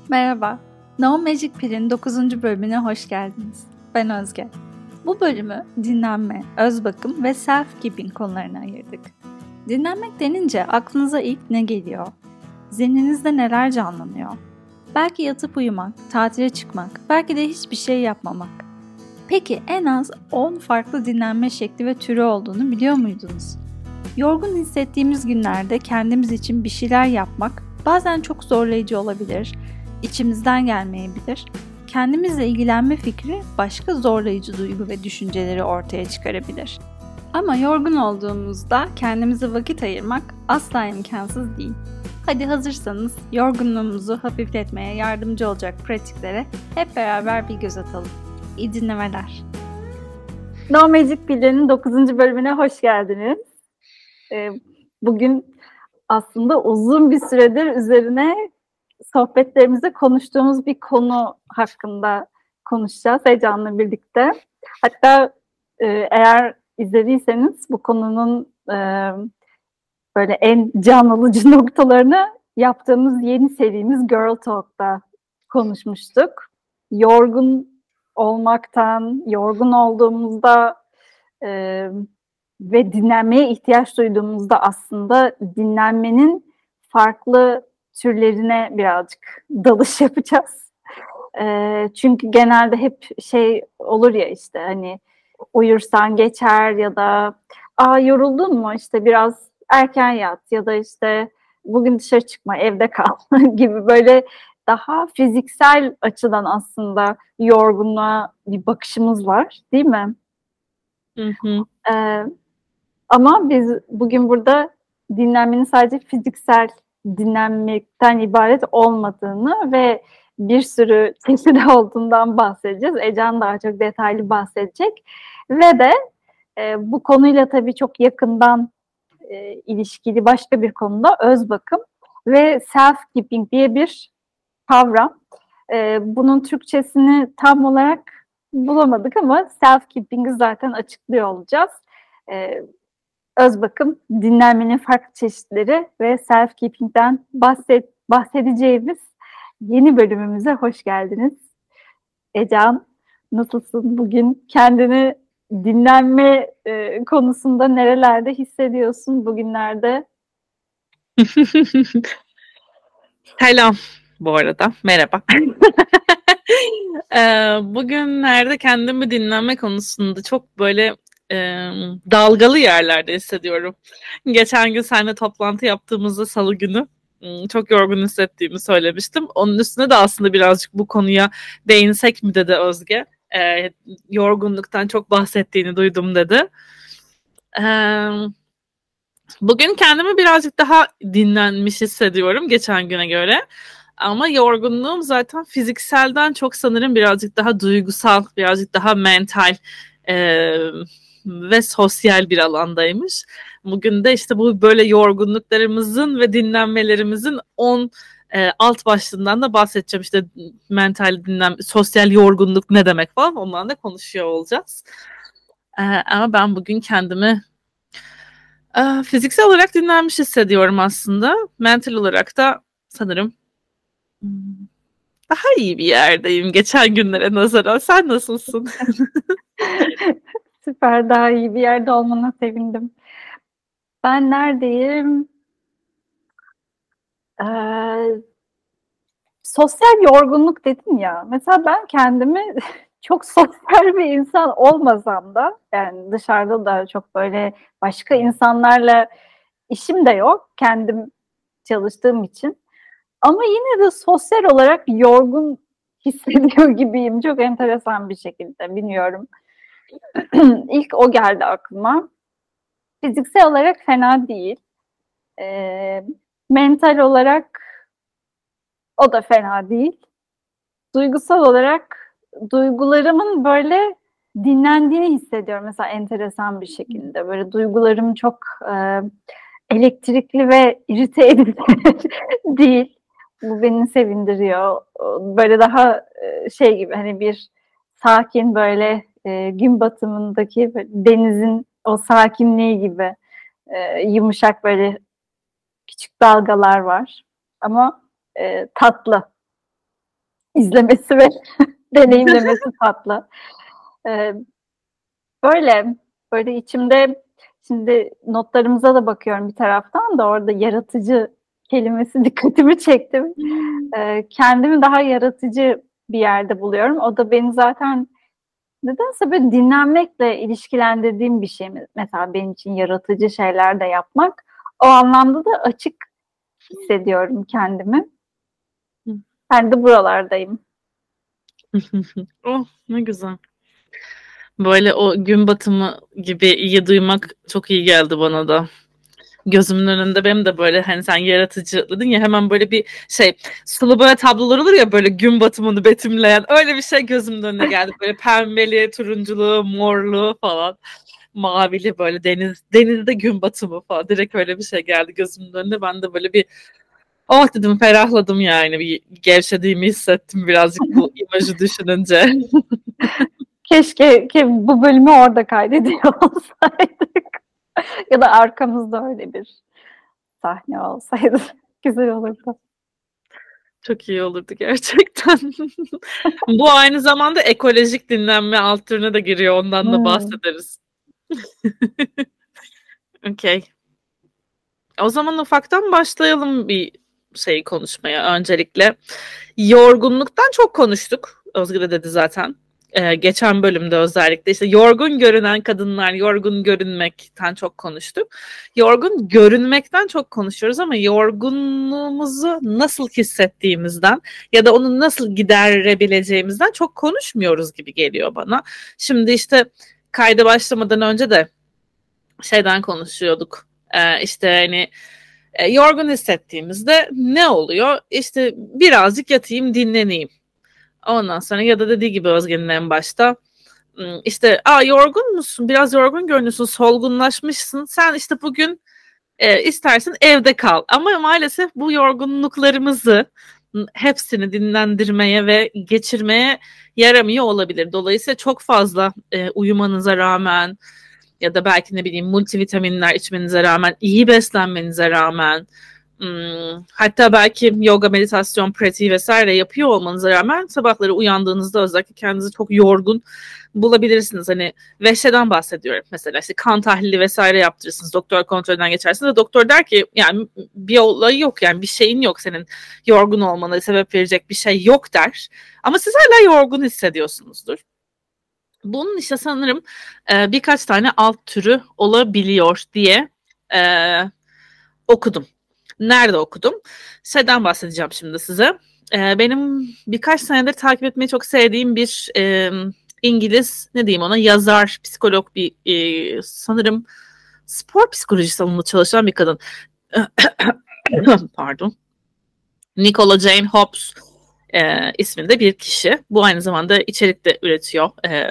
Merhaba, No Magic Pill'in 9. bölümüne hoş geldiniz. Ben Özge. Bu bölümü dinlenme, öz bakım ve self-keeping konularına ayırdık. Dinlenmek denince aklınıza ilk ne geliyor? Zihninizde neler canlanıyor? Belki yatıp uyumak, tatile çıkmak, belki de hiçbir şey yapmamak. Peki en az 10 farklı dinlenme şekli ve türü olduğunu biliyor muydunuz? Yorgun hissettiğimiz günlerde kendimiz için bir şeyler yapmak bazen çok zorlayıcı olabilir, içimizden gelmeyebilir. Kendimizle ilgilenme fikri başka zorlayıcı duygu ve düşünceleri ortaya çıkarabilir. Ama yorgun olduğumuzda kendimize vakit ayırmak asla imkansız değil. Hadi hazırsanız yorgunluğumuzu hafifletmeye yardımcı olacak pratiklere hep beraber bir göz atalım. İyi dinlemeler. No Magic Pill'in 9. bölümüne hoş geldiniz. Bugün aslında uzun bir süredir üzerine sohbetlerimizde konuştuğumuz bir konu hakkında konuşacağız Ece'yle birlikte. Hatta eğer izlediyseniz bu konunun böyle en can alıcı noktalarını yaptığımız yeni serimiz Girl Talk'ta konuşmuştuk. Yorgun olmaktan, yorgun olduğumuzda ve dinlenmeye ihtiyaç duyduğumuzda aslında dinlenmenin farklı türlerine birazcık dalış yapacağız. Çünkü genelde hep şey olur ya işte hani uyursan geçer ya da yoruldun mu işte biraz erken yat ya da işte bugün dışarı çıkma evde kal gibi böyle daha fiziksel açıdan aslında yorgunluğa bir bakışımız var değil mi? Hı hı. Ama biz bugün burada dinlenmenin sadece fiziksel dinlenmekten ibaret olmadığını ve bir sürü çeşidi olduğundan bahsedeceğiz. Ecehan daha çok detaylı bahsedecek. Ve de bu konuyla tabii çok yakından ilişkili başka bir konuda öz bakım ve self-keeping diye bir kavram. Bunun Türkçesini tam olarak bulamadık ama self-keeping'i zaten açıklıyor olacağız. Öz bakım, dinlenmenin farklı çeşitleri ve self-keeping'den bahsedeceğimiz yeni bölümümüze hoş geldiniz. Ecehan, nasılsın bugün? Kendini dinlenme konusunda nerelerde hissediyorsun bugünlerde? Selam bu arada. Merhaba. Bugünlerde kendimi dinlenme konusunda çok böyle dalgalı yerlerde hissediyorum. Geçen gün seninle toplantı yaptığımızda salı günü çok yorgun hissettiğimi söylemiştim. Onun üstüne de aslında birazcık bu konuya değinsek mi dedi Özge. Yorgunluktan çok bahsettiğini duydum dedi. Bugün kendimi birazcık daha dinlenmiş hissediyorum geçen güne göre. Ama yorgunluğum zaten fizikselden çok sanırım birazcık daha duygusal, birazcık daha mental ve sosyal bir alandaymış. Bugün de işte bu böyle yorgunluklarımızın ve dinlenmelerimizin 10 alt başlığından da bahsedeceğim. İşte mental dinlenme, sosyal yorgunluk ne demek falan ondan da konuşuyor olacağız. Ama ben bugün kendimi fiziksel olarak dinlenmiş hissediyorum aslında. Mental olarak da sanırım daha iyi bir yerdeyim geçen günlere nazaran. Sen nasılsın? Süper, daha iyi bir yerde olmana sevindim. Ben neredeyim? Sosyal yorgunluk dedin ya. Mesela ben kendimi çok sosyal bir insan olmasam da yani dışarıda da çok böyle başka insanlarla işim de yok. Kendim çalıştığım için. Ama yine de sosyal olarak yorgun hissediyor gibiyim. Çok enteresan bir şekilde. Bilmiyorum. İlk o geldi aklıma. Fiziksel olarak fena değil. Mental olarak o da fena değil. Duygusal olarak duygularımın böyle dinlendiğini hissediyorum mesela enteresan bir şekilde. Böyle duygularım çok elektrikli ve irite edici değil. Bu beni sevindiriyor. Böyle daha şey gibi hani bir sakin böyle gün batımındaki denizin o sakinliği gibi yumuşak böyle küçük dalgalar var. Ama tatlı. izlemesi ve deneyimlemesi tatlı. Böyle içimde şimdi notlarımıza da bakıyorum bir taraftan da orada yaratıcı kelimesi dikkatimi çekti. Kendimi daha yaratıcı bir yerde buluyorum. O da beni zaten nedense böyle dinlenmekle ilişkilendirdiğim bir şey. Mesela benim için yaratıcı şeyler de yapmak. O anlamda da açık hissediyorum kendimi. Ben de buralardayım. Oh, ne güzel. Böyle o gün batımı gibi iyi duymak çok iyi geldi bana da. Gözümün önünde benim de böyle hani sen yaratıcı dedin ya hemen böyle bir şey sulu boya tablolar olur ya böyle gün batımını betimleyen öyle bir şey gözümün önüne geldi. Böyle pembeli, turunculu, morlu falan. Mavili böyle denizde gün batımı falan. Direkt öyle bir şey geldi gözümün önüne. Ben de böyle bir oh dedim ferahladım yani. Bir gevşediğimi hissettim birazcık bu imajı düşününce. Keşke bu bölümü orada kaydediyor olsaydık. Ya da arkamızda öyle bir sahne olsaydı güzel olurdu. Çok iyi olurdu gerçekten. Bu aynı zamanda ekolojik dinlenme alt türüne de giriyor. Ondan da bahsederiz. Okay. O zaman ufaktan başlayalım bir şey konuşmaya. Öncelikle yorgunluktan çok konuştuk. Özgür de dedi zaten. Geçen bölümde özellikle işte yorgun görünen kadınlar, yorgun görünmekten çok konuştuk. Yorgun görünmekten çok konuşuyoruz ama yorgunluğumuzu nasıl hissettiğimizden ya da onu nasıl giderebileceğimizden çok konuşmuyoruz gibi geliyor bana. Şimdi işte kayda başlamadan önce de şeyden konuşuyorduk. İşte hani yorgun hissettiğimizde ne oluyor? İşte birazcık yatayım, dinleneyim. Ondan sonra ya da dediği gibi Özge'nin en başta işte yorgun musun? Biraz yorgun görünüyorsun, solgunlaşmışsın. Sen işte bugün istersen evde kal. Ama maalesef bu yorgunluklarımızı hepsini dinlendirmeye ve geçirmeye yaramıyor olabilir. Dolayısıyla çok fazla uyumanıza rağmen ya da belki ne bileyim multivitaminler içmenize rağmen, iyi beslenmenize rağmen, hatta belki yoga, meditasyon, pratiği vesaire yapıyor olmanıza rağmen sabahları uyandığınızda özellikle kendinizi çok yorgun bulabilirsiniz. Hani veşeden bahsediyorum mesela işte kan tahlili vesaire yaptırırsınız, doktor kontrolünden geçersiniz ve doktor der ki yani bir olayı yok yani bir şeyin yok senin yorgun olmana sebep verecek bir şey yok der. Ama siz hala yorgun hissediyorsunuzdur. Bunun işte sanırım birkaç tane alt türü olabiliyor diye okudum. Nerede okudum? Şeyden bahsedeceğim şimdi size. Benim birkaç senedir takip etmeyi çok sevdiğim bir İngiliz, ne diyeyim ona, yazar, psikolog bir sanırım spor psikolojisi alanında çalışan bir kadın. Pardon. Nicola Jane Hobbs isminde bir kişi. Bu aynı zamanda içerik de üretiyor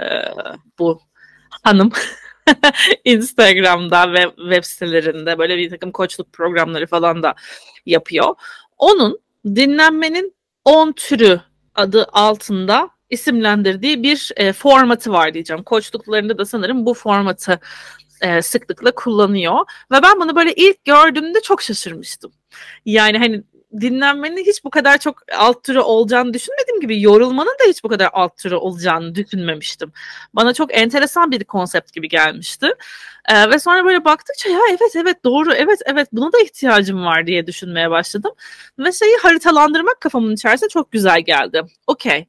bu hanım. Instagram'da ve web sitelerinde böyle bir takım koçluk programları falan da yapıyor. Onun dinlenmenin 10 türü adı altında isimlendirdiği bir formatı var diyeceğim. Koçluklarında da sanırım bu formatı sıklıkla kullanıyor. Ve ben bunu böyle ilk gördüğümde çok şaşırmıştım. Yani hani dinlenmenin hiç bu kadar çok alt türü olacağını düşünmediğim gibi yorulmanın da hiç bu kadar alt türü olacağını düşünmemiştim. Bana çok enteresan bir konsept gibi gelmişti. Ve sonra böyle baktıkça ya evet doğru evet buna da ihtiyacım var diye düşünmeye başladım. Ve şeyi haritalandırmak kafamın içerisinde çok güzel geldi. Okey.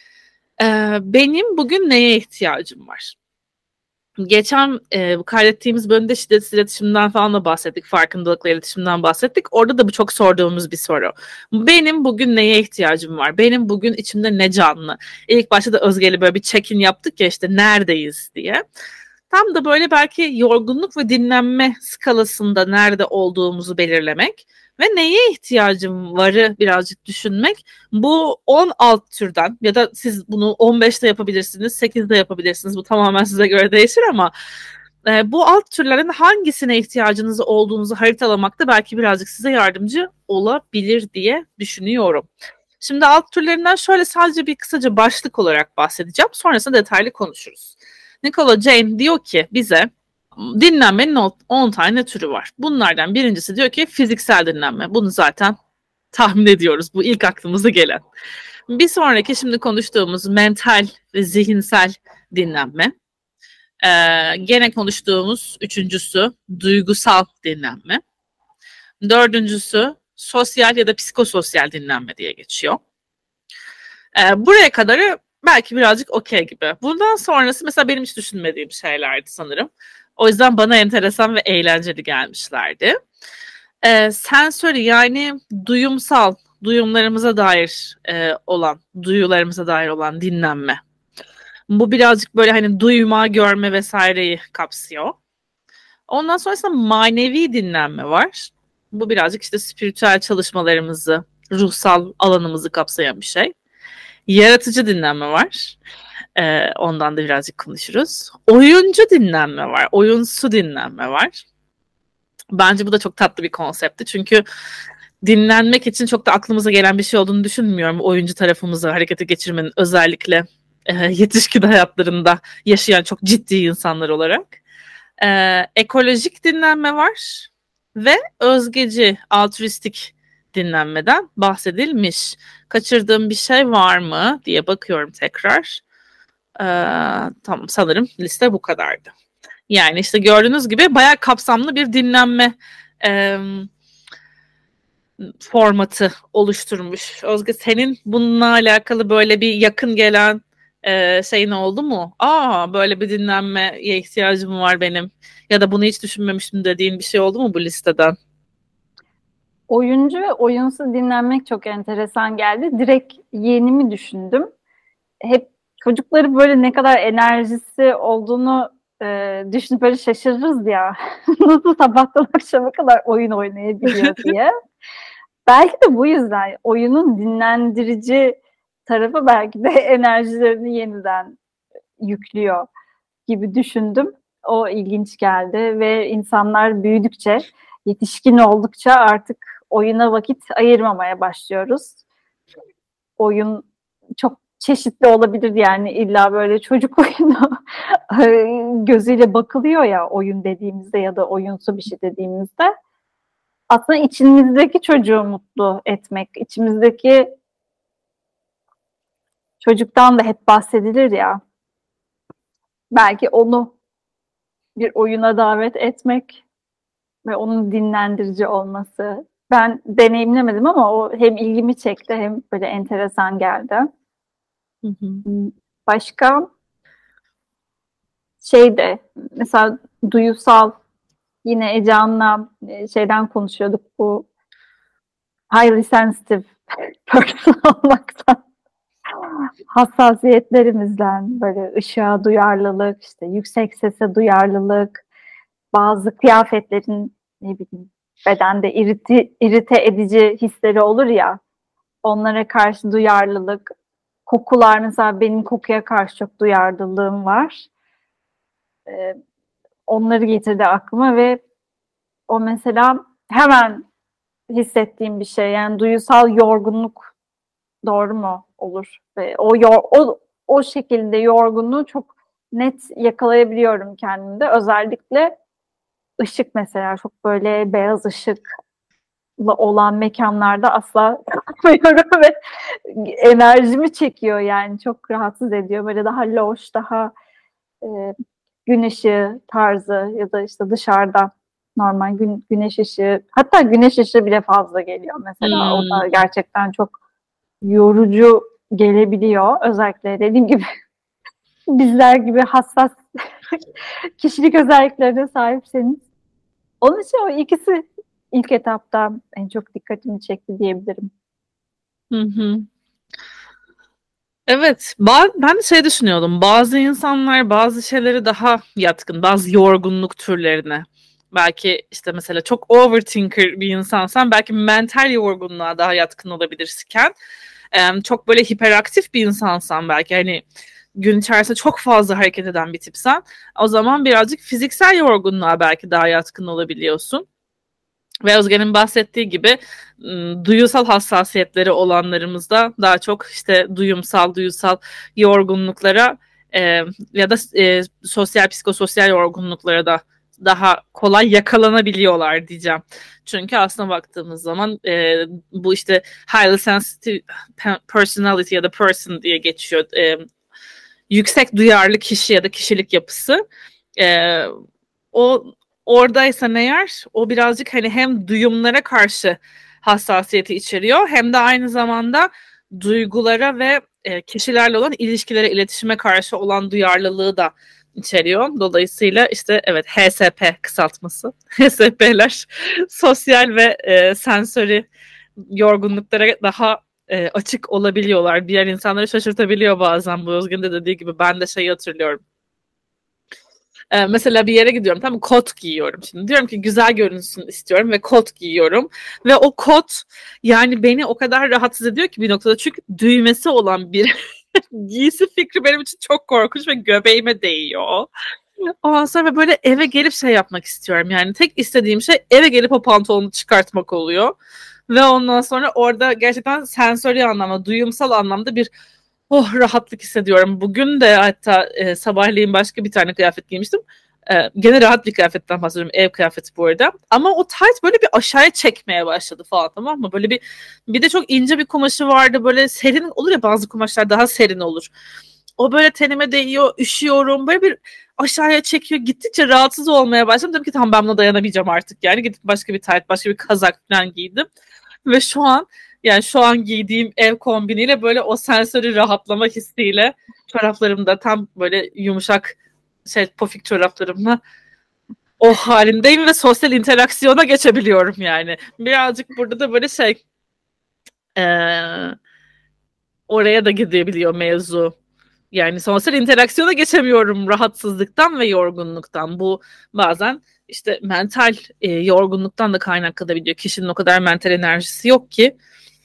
Benim bugün neye ihtiyacım var? Geçen kaydettiğimiz bölümde şiddetsiz iletişimden falan da bahsettik. Farkındalıkla iletişimden bahsettik. Orada da bu çok sorduğumuz bir soru. Benim bugün neye ihtiyacım var? Benim bugün içimde ne canlı? İlk başta da Özge'yle böyle bir check-in yaptık ya işte neredeyiz diye. Tam da böyle belki yorgunluk ve dinlenme skalasında nerede olduğumuzu belirlemek ve neye ihtiyacım varı birazcık düşünmek. Bu 10 alt türden ya da siz bunu 15'te yapabilirsiniz, 8'de yapabilirsiniz. Bu tamamen size göre değişir ama bu alt türlerin hangisine ihtiyacınız olduğunuzu haritalamakta belki birazcık size yardımcı olabilir diye düşünüyorum. Şimdi alt türlerinden şöyle sadece bir kısaca başlık olarak bahsedeceğim. Sonrasında detaylı konuşuruz. Nicola Jane diyor ki bize dinlenmenin 10 tane türü var. Bunlardan birincisi diyor ki fiziksel dinlenme. Bunu zaten tahmin ediyoruz. Bu ilk aklımıza gelen. Bir sonraki şimdi konuştuğumuz mental ve zihinsel dinlenme. Gene konuştuğumuz üçüncüsü duygusal dinlenme. Dördüncüsü sosyal ya da psikososyal dinlenme diye geçiyor. Buraya kadarı belki birazcık okey gibi. Bundan sonrası mesela benim hiç düşünmediğim şeylerdi sanırım. O yüzden bana enteresan ve eğlenceli gelmişlerdi. Sensori yani duyumsal, duyularımıza dair olan dinlenme. Bu birazcık böyle hani duyma, görme vesaireyi kapsıyor. Ondan sonrasında manevi dinlenme var. Bu birazcık işte spiritüel çalışmalarımızı, ruhsal alanımızı kapsayan bir şey. Yaratıcı dinlenme var. Ondan da birazcık konuşuruz. Oyuncu dinlenme var. Oyunsu dinlenme var. Bence bu da çok tatlı bir konseptti. Çünkü dinlenmek için çok da aklımıza gelen bir şey olduğunu düşünmüyorum. Oyuncu tarafımızı harekete geçirmenin özellikle yetişkin hayatlarında yaşayan çok ciddi insanlar olarak. Ekolojik dinlenme var ve özgeci, altruistik dinlenmeden bahsedilmiş. Kaçırdığım bir şey var mı diye bakıyorum tekrar. Tamam, sanırım liste bu kadardı. Yani işte gördüğünüz gibi bayağı kapsamlı bir dinlenme formatı oluşturmuş. Özge, senin bununla alakalı böyle bir yakın gelen şeyin oldu mu? Böyle bir dinlenmeye ihtiyacım var benim. Ya da bunu hiç düşünmemiştim dediğin bir şey oldu mu bu listeden? Oyuncu ve oyunsu dinlenmek çok enteresan geldi. Direkt yeğenimi düşündüm. Hep çocukları böyle ne kadar enerjisi olduğunu düşünüp böyle şaşırırız ya. Nasıl sabahtan akşama kadar oyun oynayabiliyor diye. Belki de bu yüzden oyunun dinlendirici tarafı belki de enerjilerini yeniden yüklüyor gibi düşündüm. O ilginç geldi ve insanlar büyüdükçe, yetişkin oldukça artık oyuna vakit ayırmamaya başlıyoruz. Oyun çok çeşitli olabilir, yani illa böyle çocuk oyunu gözüyle bakılıyor ya oyun dediğimizde ya da oyunsu bir şey dediğimizde. Aslında içimizdeki çocuğu mutlu etmek, içimizdeki çocuktan da hep bahsedilir ya. Belki onu bir oyuna davet etmek ve onun dinlendirici olması. Ben deneyimlemedim ama o hem ilgimi çekti hem böyle enteresan geldi. Hı hı. Başka şey de mesela duyusal, yine Ece'nle şeyden konuşuyorduk, bu highly sensitive person olmaktan, hassasiyetlerimizden, böyle ışığa duyarlılık, işte yüksek sese duyarlılık, bazı kıyafetlerin ne bileyim bedende irite edici hisleri olur ya, onlara karşı duyarlılık, kokular, mesela benim kokuya karşı çok duyarlılığım var. Onları getirdi aklıma ve o mesela hemen hissettiğim bir şey, yani duyusal yorgunluk, doğru mu olur? Ve o şekilde yorgunluğu çok net yakalayabiliyorum kendimde. Özellikle ışık, mesela çok böyle beyaz ışıkla olan mekanlarda asla kalmıyorum ve enerjimi çekiyor, yani çok rahatsız ediyor. Böyle daha loş, daha gün ışığı tarzı ya da işte dışarıda normal güneş ışığı, hatta güneş ışığı bile fazla geliyor mesela. O da gerçekten çok yorucu gelebiliyor. Özellikle dediğim gibi bizler gibi hassas kişilik özelliklerine sahipseniz. Onun için o ikisi ilk etapta en çok dikkatimi çekti diyebilirim. Hı hı. Evet, ben de şey düşünüyordum. Bazı insanlar bazı şeyleri daha yatkın, bazı yorgunluk türlerine. Belki işte mesela çok overthinker bir insansan belki mental yorgunluğa daha yatkın olabilirken çok böyle hiperaktif bir insansan, belki hani gün içerisinde çok fazla hareket eden bir tipsen, o zaman birazcık fiziksel yorgunluğa belki daha yatkın olabiliyorsun. Ve Özge'nin bahsettiği gibi duyusal hassasiyetleri olanlarımızda daha çok işte duyusal yorgunluklara ya da sosyal psikososyal yorgunluklara da daha kolay yakalanabiliyorlar diyeceğim. Çünkü aslına baktığımız zaman bu işte highly sensitive personality ya da person diye geçiyor. Yüksek duyarlı kişi ya da kişilik yapısı. O oradaysan eğer o birazcık hani hem duyumlara karşı hassasiyeti içeriyor hem de aynı zamanda duygulara ve kişilerle olan ilişkilere, iletişime karşı olan duyarlılığı da içeriyor. Dolayısıyla işte evet HSP kısaltması. HSP'ler sosyal ve sensori yorgunluklara daha açık olabiliyorlar. Diğer insanları şaşırtabiliyor bazen bu. Özgün de dediği gibi ben de şeyi hatırlıyorum. Mesela bir yere gidiyorum, tamam, kot giyiyorum şimdi. Diyorum ki güzel görünsün istiyorum ve kot giyiyorum. Ve o kot yani beni o kadar rahatsız ediyor ki bir noktada. Çünkü düğmesi olan bir giysi fikri benim için çok korkunç ve göbeğime değiyor. Ondan sonra böyle eve gelip şey yapmak istiyorum. Yani tek istediğim şey eve gelip o pantolonu çıkartmak oluyor. Ve ondan sonra orada gerçekten sensörel anlamda, duyumsal anlamda bir rahatlık hissediyorum. Bugün de hatta sabahleyin başka bir tane kıyafet giymiştim. Gene rahat bir kıyafetten bahsediyorum. Ev kıyafeti bu arada. Ama o tight böyle bir aşağıya çekmeye başladı falan, tamam mı? Böyle bir de çok ince bir kumaşı vardı. Böyle serin olur ya, bazı kumaşlar daha serin olur. O böyle tenime değiyor, üşüyorum. Böyle bir aşağıya çekiyor. Gittikçe rahatsız olmaya başladım. Dedim ki tamam, ben buna dayanamayacağım artık yani. Gidip başka bir tight, başka bir kazak falan giydim. Ve şu an giydiğim ev kombiniyle böyle o sensörü rahatlama hissiyle çoraplarımda tam böyle yumuşak pofik çoraplarımla o halindeyim ve sosyal interaksiyona geçebiliyorum yani. Birazcık burada da böyle oraya da gidebiliyor mevzu. Yani sosyal interaksiyona geçemiyorum rahatsızlıktan ve yorgunluktan. Bu bazen işte mental yorgunluktan da kaynaklanabiliyor. Kişinin o kadar mental enerjisi yok ki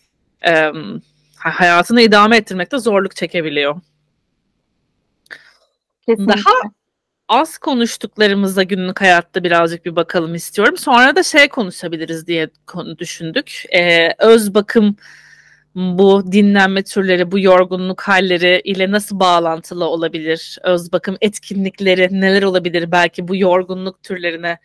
hayatını idame ettirmekte zorluk çekebiliyor. Kesinlikle. Daha az konuştuklarımızda günlük hayatta birazcık bir bakalım istiyorum. Sonra da konuşabiliriz diye düşündük. Öz bakım, bu dinlenme türleri, bu yorgunluk halleri ile nasıl bağlantılı olabilir? Öz bakım etkinlikleri neler olabilir? Belki bu yorgunluk türlerini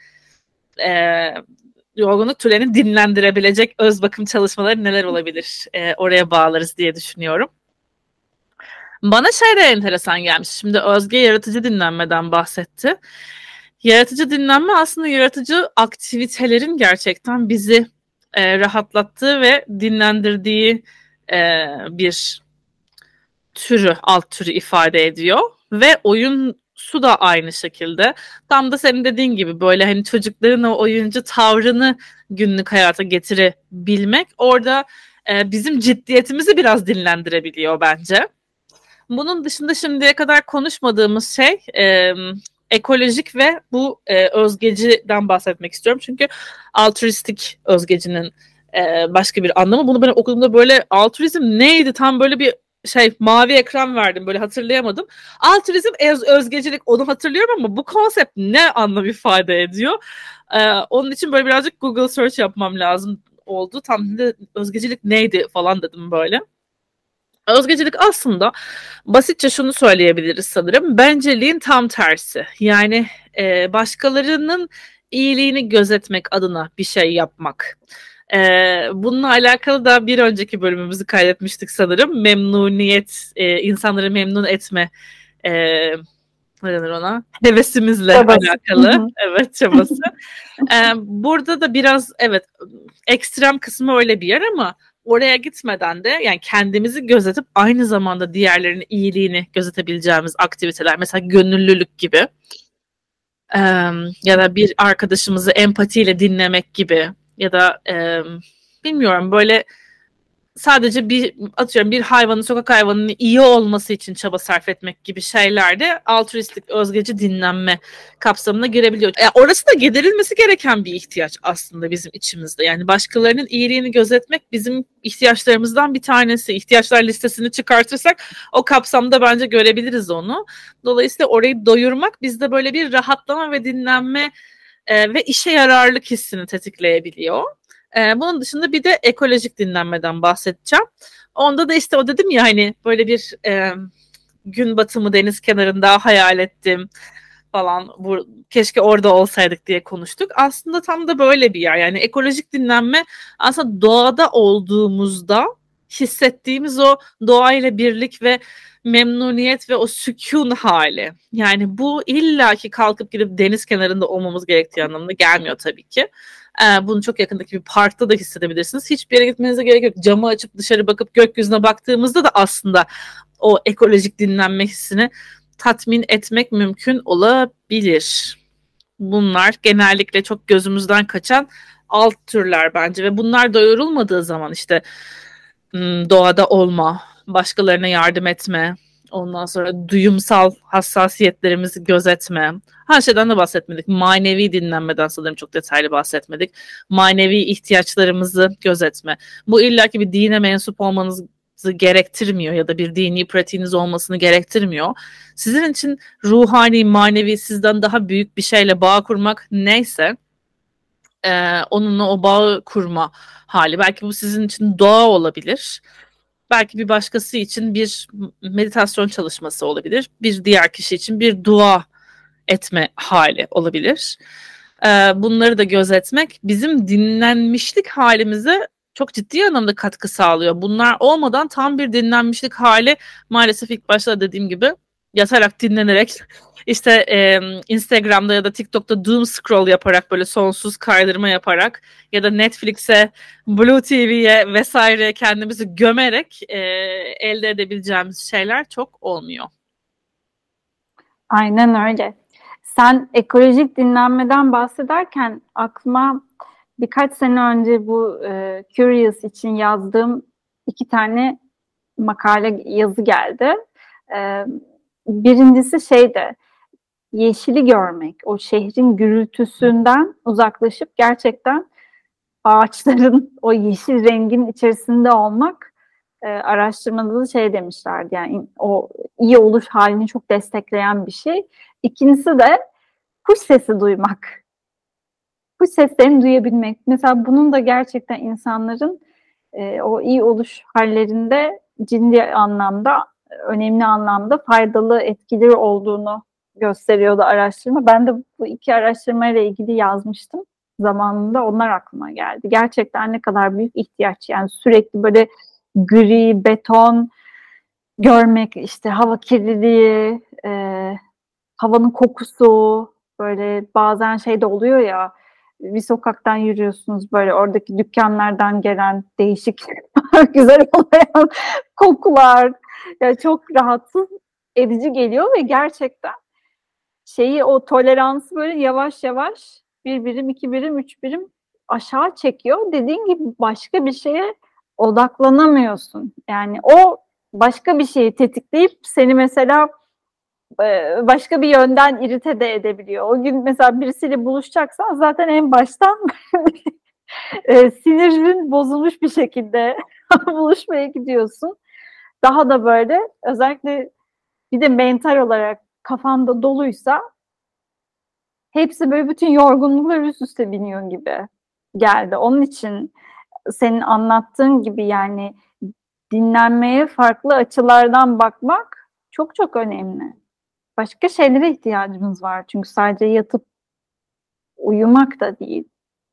dinlendirebilecek öz bakım çalışmaları neler olabilir? Oraya bağlarız diye düşünüyorum. Bana de enteresan gelmiş. Şimdi Özge yaratıcı dinlenmeden bahsetti. Yaratıcı dinlenme aslında yaratıcı aktivitelerin gerçekten bizi rahatlattığı ve dinlendirdiği bir alt türü ifade ediyor. Ve oyunsu da aynı şekilde. Tam da senin dediğin gibi böyle hani çocukların o oyuncu tavrını günlük hayata getirebilmek orada bizim ciddiyetimizi biraz dinlendirebiliyor bence. Bunun dışında şimdiye kadar konuşmadığımız ekolojik ve bu özgeciden bahsetmek istiyorum. Çünkü altruistik özgecinin başka bir anlamı. Bunu ben okuduğumda böyle altruizm neydi? Tam böyle bir mavi ekran verdim, böyle hatırlayamadım. Altruizm, özgecilik, onu hatırlıyorum ama bu konsept ne anlam ifade ediyor? Onun için böyle birazcık Google search yapmam lazım oldu. Tam da özgecilik neydi falan dedim böyle. Özgecilik aslında basitçe şunu söyleyebiliriz sanırım. Bencilliğin tam tersi. Yani başkalarının iyiliğini gözetmek adına bir şey yapmak. Bununla alakalı da bir önceki bölümümüzü kaydetmiştik sanırım. Memnuniyet, insanları memnun etme ne denir ona? Hevesimizle çabası alakalı. Evet, çabası. Burada da biraz ekstrem kısmı öyle bir yer ama oraya gitmeden de yani kendimizi gözetip aynı zamanda diğerlerinin iyiliğini gözetebileceğimiz aktiviteler. Mesela gönüllülük gibi. Ya da bir arkadaşımızı empatiyle dinlemek gibi. Ya da bilmiyorum, böyle sadece bir hayvanın, sokak hayvanının iyi olması için çaba sarf etmek gibi şeyler de altruistik, özgeci dinlenme kapsamına girebiliyor. Orası da giderilmesi gereken bir ihtiyaç aslında bizim içimizde. Yani başkalarının iyiliğini gözetmek bizim ihtiyaçlarımızdan bir tanesi. İhtiyaçlar listesini çıkartırsak o kapsamda bence görebiliriz onu. Dolayısıyla orayı doyurmak bizde böyle bir rahatlama ve dinlenme ve işe yararlık hissini tetikleyebiliyor. Bunun dışında bir de ekolojik dinlenmeden bahsedeceğim. Onda da işte o dedim ya, hani böyle bir gün batımı deniz kenarında hayal ettim. falan, keşke orada olsaydık diye konuştuk. Aslında tam da böyle bir yer. Yani ekolojik dinlenme aslında doğada olduğumuzda hissettiğimiz o doğayla birlik ve memnuniyet ve o sükun hali. Yani bu illaki kalkıp gidip deniz kenarında olmamız gerektiği anlamına gelmiyor tabii ki. Bunu çok yakındaki bir parkta da hissedebilirsiniz. Hiçbir yere gitmenize gerek yok. Camı açıp dışarı bakıp gökyüzüne baktığımızda da aslında o ekolojik dinlenme hissini tatmin etmek mümkün olabilir. Bunlar genellikle çok gözümüzden kaçan alt türler bence ve bunlar doyurulmadığı zaman işte doğada olma, başkalarına yardım etme, ondan sonra duyumsal hassasiyetlerimizi gözetme. Her şeyden de bahsetmedik. Manevi dinlenmeden sanırım çok detaylı bahsetmedik. Manevi ihtiyaçlarımızı gözetme. Bu illaki bir dine mensup olmanızı gerektirmiyor ya da bir dini pratiğiniz olmasını gerektirmiyor. Sizin için ruhani, manevi, sizden daha büyük bir şeyle bağ kurmak neyse onunla o bağı kurma hali. Belki bu sizin için doğa olabilir. Belki bir başkası için bir meditasyon çalışması olabilir. Bir diğer kişi için bir dua etme hali olabilir. Bunları da gözetmek bizim dinlenmişlik halimize çok ciddi anlamda katkı sağlıyor. Bunlar olmadan tam bir dinlenmişlik hali maalesef ilk başta dediğim gibi yatarak dinlenerek işte Instagram'da ya da TikTok'ta doom scroll yaparak böyle sonsuz kaydırma yaparak ya da Netflix'e, Blue TV'ye vesaire kendimizi gömerek elde edebileceğimiz şeyler çok olmuyor. Aynen öyle. Sen ekolojik dinlenmeden bahsederken aklıma birkaç sene önce bu Curious için yazdığım 2 tane makale yazı geldi. Birincisi şeyde, yeşili görmek, o şehrin gürültüsünden uzaklaşıp gerçekten ağaçların o yeşil rengin içerisinde olmak. Araştırmada da şey demişlerdi, yani o iyi oluş halini çok destekleyen bir şey. İkincisi de kuş sesi duymak. Kuş seslerini duyabilmek. Mesela bunun da gerçekten insanların o iyi oluş hallerinde ciddi anlamda, önemli anlamda faydalı etkileri olduğunu gösteriyordu araştırma. Ben de bu 2 araştırmayla ilgili yazmıştım zamanında. Onlar aklıma geldi. Gerçekten ne kadar büyük ihtiyaç. Yani sürekli böyle gri, beton görmek, işte hava kirliliği, havanın kokusu, böyle bazen şey de oluyor ya, bir sokaktan yürüyorsunuz, böyle oradaki dükkanlardan gelen değişik güzel olmayan kokular, yani çok rahatsız edici geliyor ve gerçekten şeyi, o toleransı böyle yavaş yavaş 1 birim, 2 birim, 3 birim aşağı çekiyor. Dediğin gibi başka bir şeye odaklanamıyorsun. Yani o başka bir şeyi tetikleyip seni mesela başka bir yönden irite de edebiliyor. O gün mesela birisiyle buluşacaksan zaten en baştan sinirin bozulmuş bir şekilde buluşmaya gidiyorsun. Daha da böyle, özellikle bir de mental olarak kafanda doluysa hepsi böyle, bütün yorgunluklar üst üste biniyor gibi geldi. Onun için senin anlattığın gibi, yani dinlenmeye farklı açılardan bakmak çok çok önemli. Başka şeylere ihtiyacımız var çünkü sadece yatıp uyumak da değil.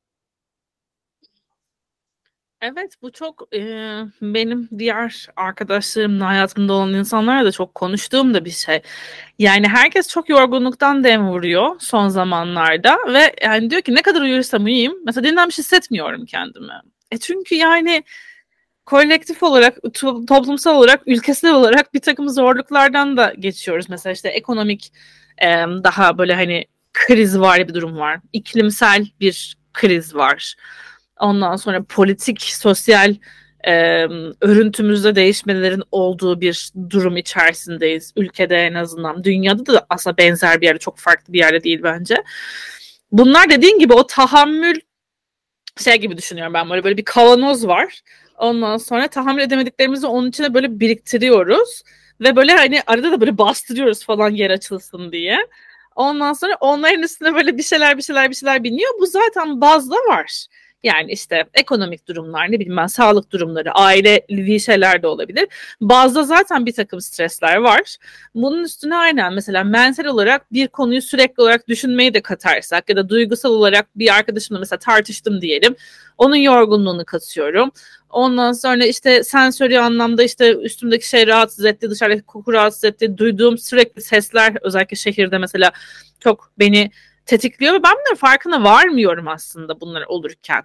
Evet, bu çok benim diğer arkadaşlarımla, hayatımda olan insanlarla da çok konuştuğum da bir şey. Yani herkes çok yorgunluktan dem vuruyor son zamanlarda ve yani diyor ki ne kadar uyursam uyuyayım mesela dinlenmiş hissetmiyorum kendimi. Çünkü yani kolektif olarak, toplumsal olarak, ülkesel olarak bir takım zorluklardan da geçiyoruz. Mesela işte ekonomik daha böyle hani kriz var, bir durum var. İklimsel bir kriz var. Ondan sonra politik, sosyal örüntümüzde değişmelerin olduğu bir durum içerisindeyiz. Ülkede en azından. Dünyada da aslında benzer bir yerde, çok farklı bir yerde değil bence. Bunlar dediğin gibi o tahammül şey gibi düşünüyorum ben, böyle bir kavanoz var. Ondan sonra tahammül edemediklerimizi onun içine böyle biriktiriyoruz. Ve böyle hani arada da böyle bastırıyoruz falan yer açılsın diye. Ondan sonra onların üstüne böyle bir şeyler biniyor. Bu zaten bazda var. Yani işte ekonomik durumlar, ne bileyim ben, sağlık durumları, ailevi şeyler de olabilir. Bazda zaten bir takım stresler var. Bunun üstüne aynen mesela mental olarak bir konuyu sürekli olarak düşünmeyi de katarsak ya da duygusal olarak bir arkadaşımla mesela tartıştım diyelim. Onun yorgunluğunu katıyorum. Ondan sonra işte sensörü anlamda işte üstümdeki şey rahatsız etti, dışarıdaki koku rahatsız etti, duyduğum sürekli sesler özellikle şehirde mesela çok beni tetikliyor ve ben bunların farkına varmıyorum aslında bunlar olurken.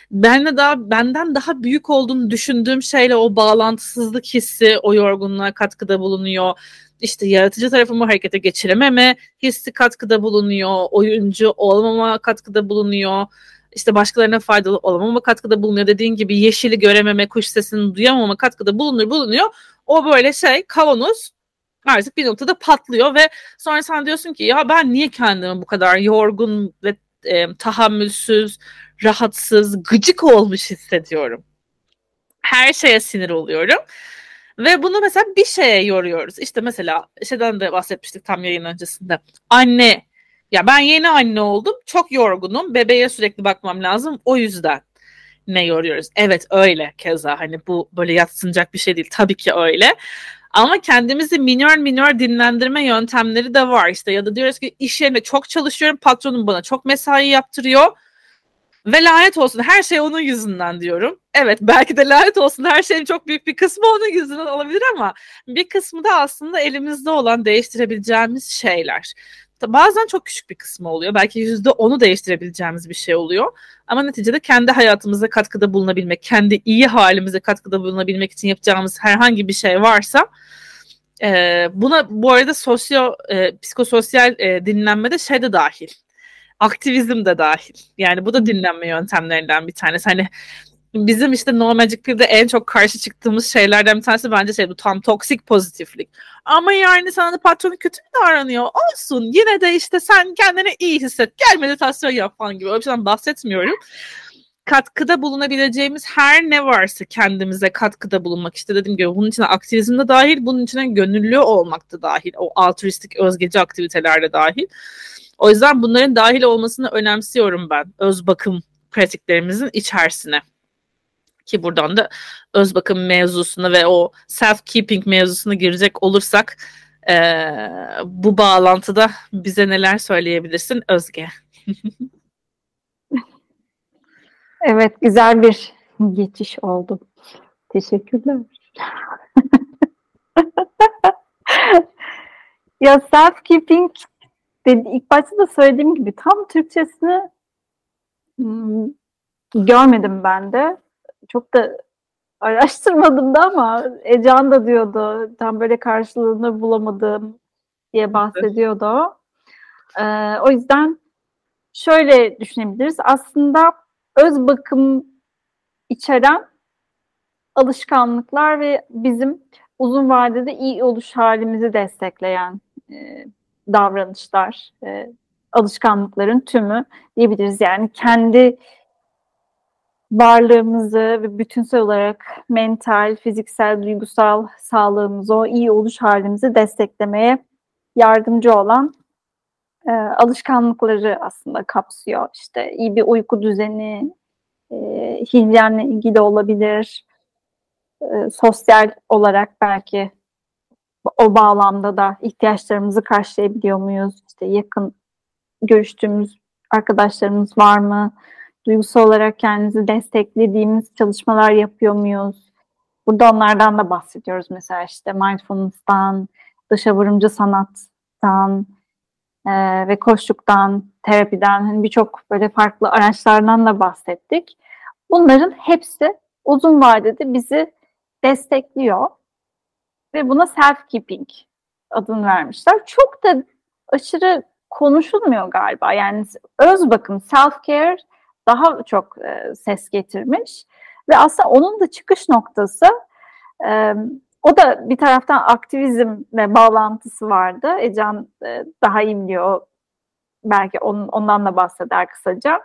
Benden daha büyük olduğunu düşündüğüm şeyle o bağlantısızlık hissi o yorgunluğa katkıda bulunuyor. İşte yaratıcı tarafımı harekete geçirememe hissi katkıda bulunuyor. Oyuncu olmama katkıda bulunuyor. İşte başkalarına faydalı olamama katkıda bulunuyor. Dediğin gibi yeşili görememe, kuş sesini duyamama katkıda bulunuyor. O böyle kavanoz artık bir noktada patlıyor ve sonra sen diyorsun ki ya ben niye kendimi bu kadar yorgun ve tahammülsüz, rahatsız, gıcık olmuş hissediyorum. Her şeye sinir oluyorum. Ve bunu mesela bir şeye yoruyoruz. İşte mesela şeyden de bahsetmiştik tam yayın öncesinde. Anne. Ya ben yeni anne oldum. Çok yorgunum. Bebeğe sürekli bakmam lazım. O yüzden ne yoruyoruz? Evet öyle keza. Hani bu böyle yadsınacak bir şey değil. Tabii ki öyle. Ama kendimizi minör dinlendirme yöntemleri de var işte. Ya da diyoruz ki iş yerinde çok çalışıyorum. Patronum bana çok mesai yaptırıyor. Ve lanet olsun her şey onun yüzünden diyorum. Evet belki de lanet olsun her şeyin çok büyük bir kısmı onun yüzünden olabilir ama bir kısmı da aslında elimizde olan değiştirebileceğimiz şeyler. Bazen çok küçük bir kısmı oluyor. Belki %10'u değiştirebileceğimiz bir şey oluyor. Ama neticede kendi hayatımıza katkıda bulunabilmek, kendi iyi halimize katkıda bulunabilmek için yapacağımız herhangi bir şey varsa buna bu arada psikososyal dinlenme de de dahil. Aktivizm de dahil. Yani bu da dinlenme yöntemlerinden bir tanesi. Hani bizim işte No Magic Pill'de en çok karşı çıktığımız şeylerden bir tanesi bence bu tam toksik pozitiflik. Ama yani sana da patronu kötü mü davranıyor? Olsun. Yine de işte sen kendini iyi hisset. Gel meditasyon yap falan gibi. Öyle bir şeyden bahsetmiyorum. Katkıda bulunabileceğimiz her ne varsa kendimize katkıda bulunmak, işte dediğim gibi bunun içine aktivizm de dahil, bunun içine gönüllü olmak da dahil, o altruistik özgeci aktiviteler de dahil. O yüzden bunların dahil olmasını önemsiyorum ben öz bakım pratiklerimizin içerisine. Ki buradan da öz bakım mevzusuna ve o self-keeping mevzusuna girecek olursak bu bağlantıda bize neler söyleyebilirsin Özge? Evet, güzel bir geçiş oldu. Teşekkürler. Ya self-keeping ilk başta da söylediğim gibi tam Türkçesini görmedim ben de. Çok da araştırmadım da ama Ecehan da diyordu. Tam böyle karşılığını bulamadım diye bahsediyordu o. O yüzden şöyle düşünebiliriz. Aslında öz bakım içeren alışkanlıklar ve bizim uzun vadede iyi oluş halimizi destekleyen davranışlar, alışkanlıkların tümü diyebiliriz. Yani kendi varlığımızı ve bütünsel olarak mental, fiziksel, duygusal sağlığımızı, o iyi oluş halimizi desteklemeye yardımcı olan alışkanlıkları aslında kapsıyor. İşte iyi bir uyku düzeni, hijyenle ilgili olabilir, sosyal olarak belki o bağlamda da ihtiyaçlarımızı karşılayabiliyor muyuz? İşte yakın görüştüğümüz arkadaşlarımız var mı? Duygusal olarak kendimizi desteklediğimiz çalışmalar yapıyor muyuz? Burada onlardan da bahsediyoruz. Mesela işte mindfulness'tan, dışa vurumcu sanattan ve koçluktan, terapiden, hani birçok böyle farklı araçlardan da bahsettik. Bunların hepsi uzun vadede bizi destekliyor ve buna self-keeping adını vermişler. Çok da aşırı konuşulmuyor galiba. Yani öz bakım, self-care daha çok ses getirmiş ve aslında onun da çıkış noktası o da bir taraftan aktivizmle bağlantısı vardı. Ecehan daha iyi biliyor. Belki ondan da bahseder kısaca.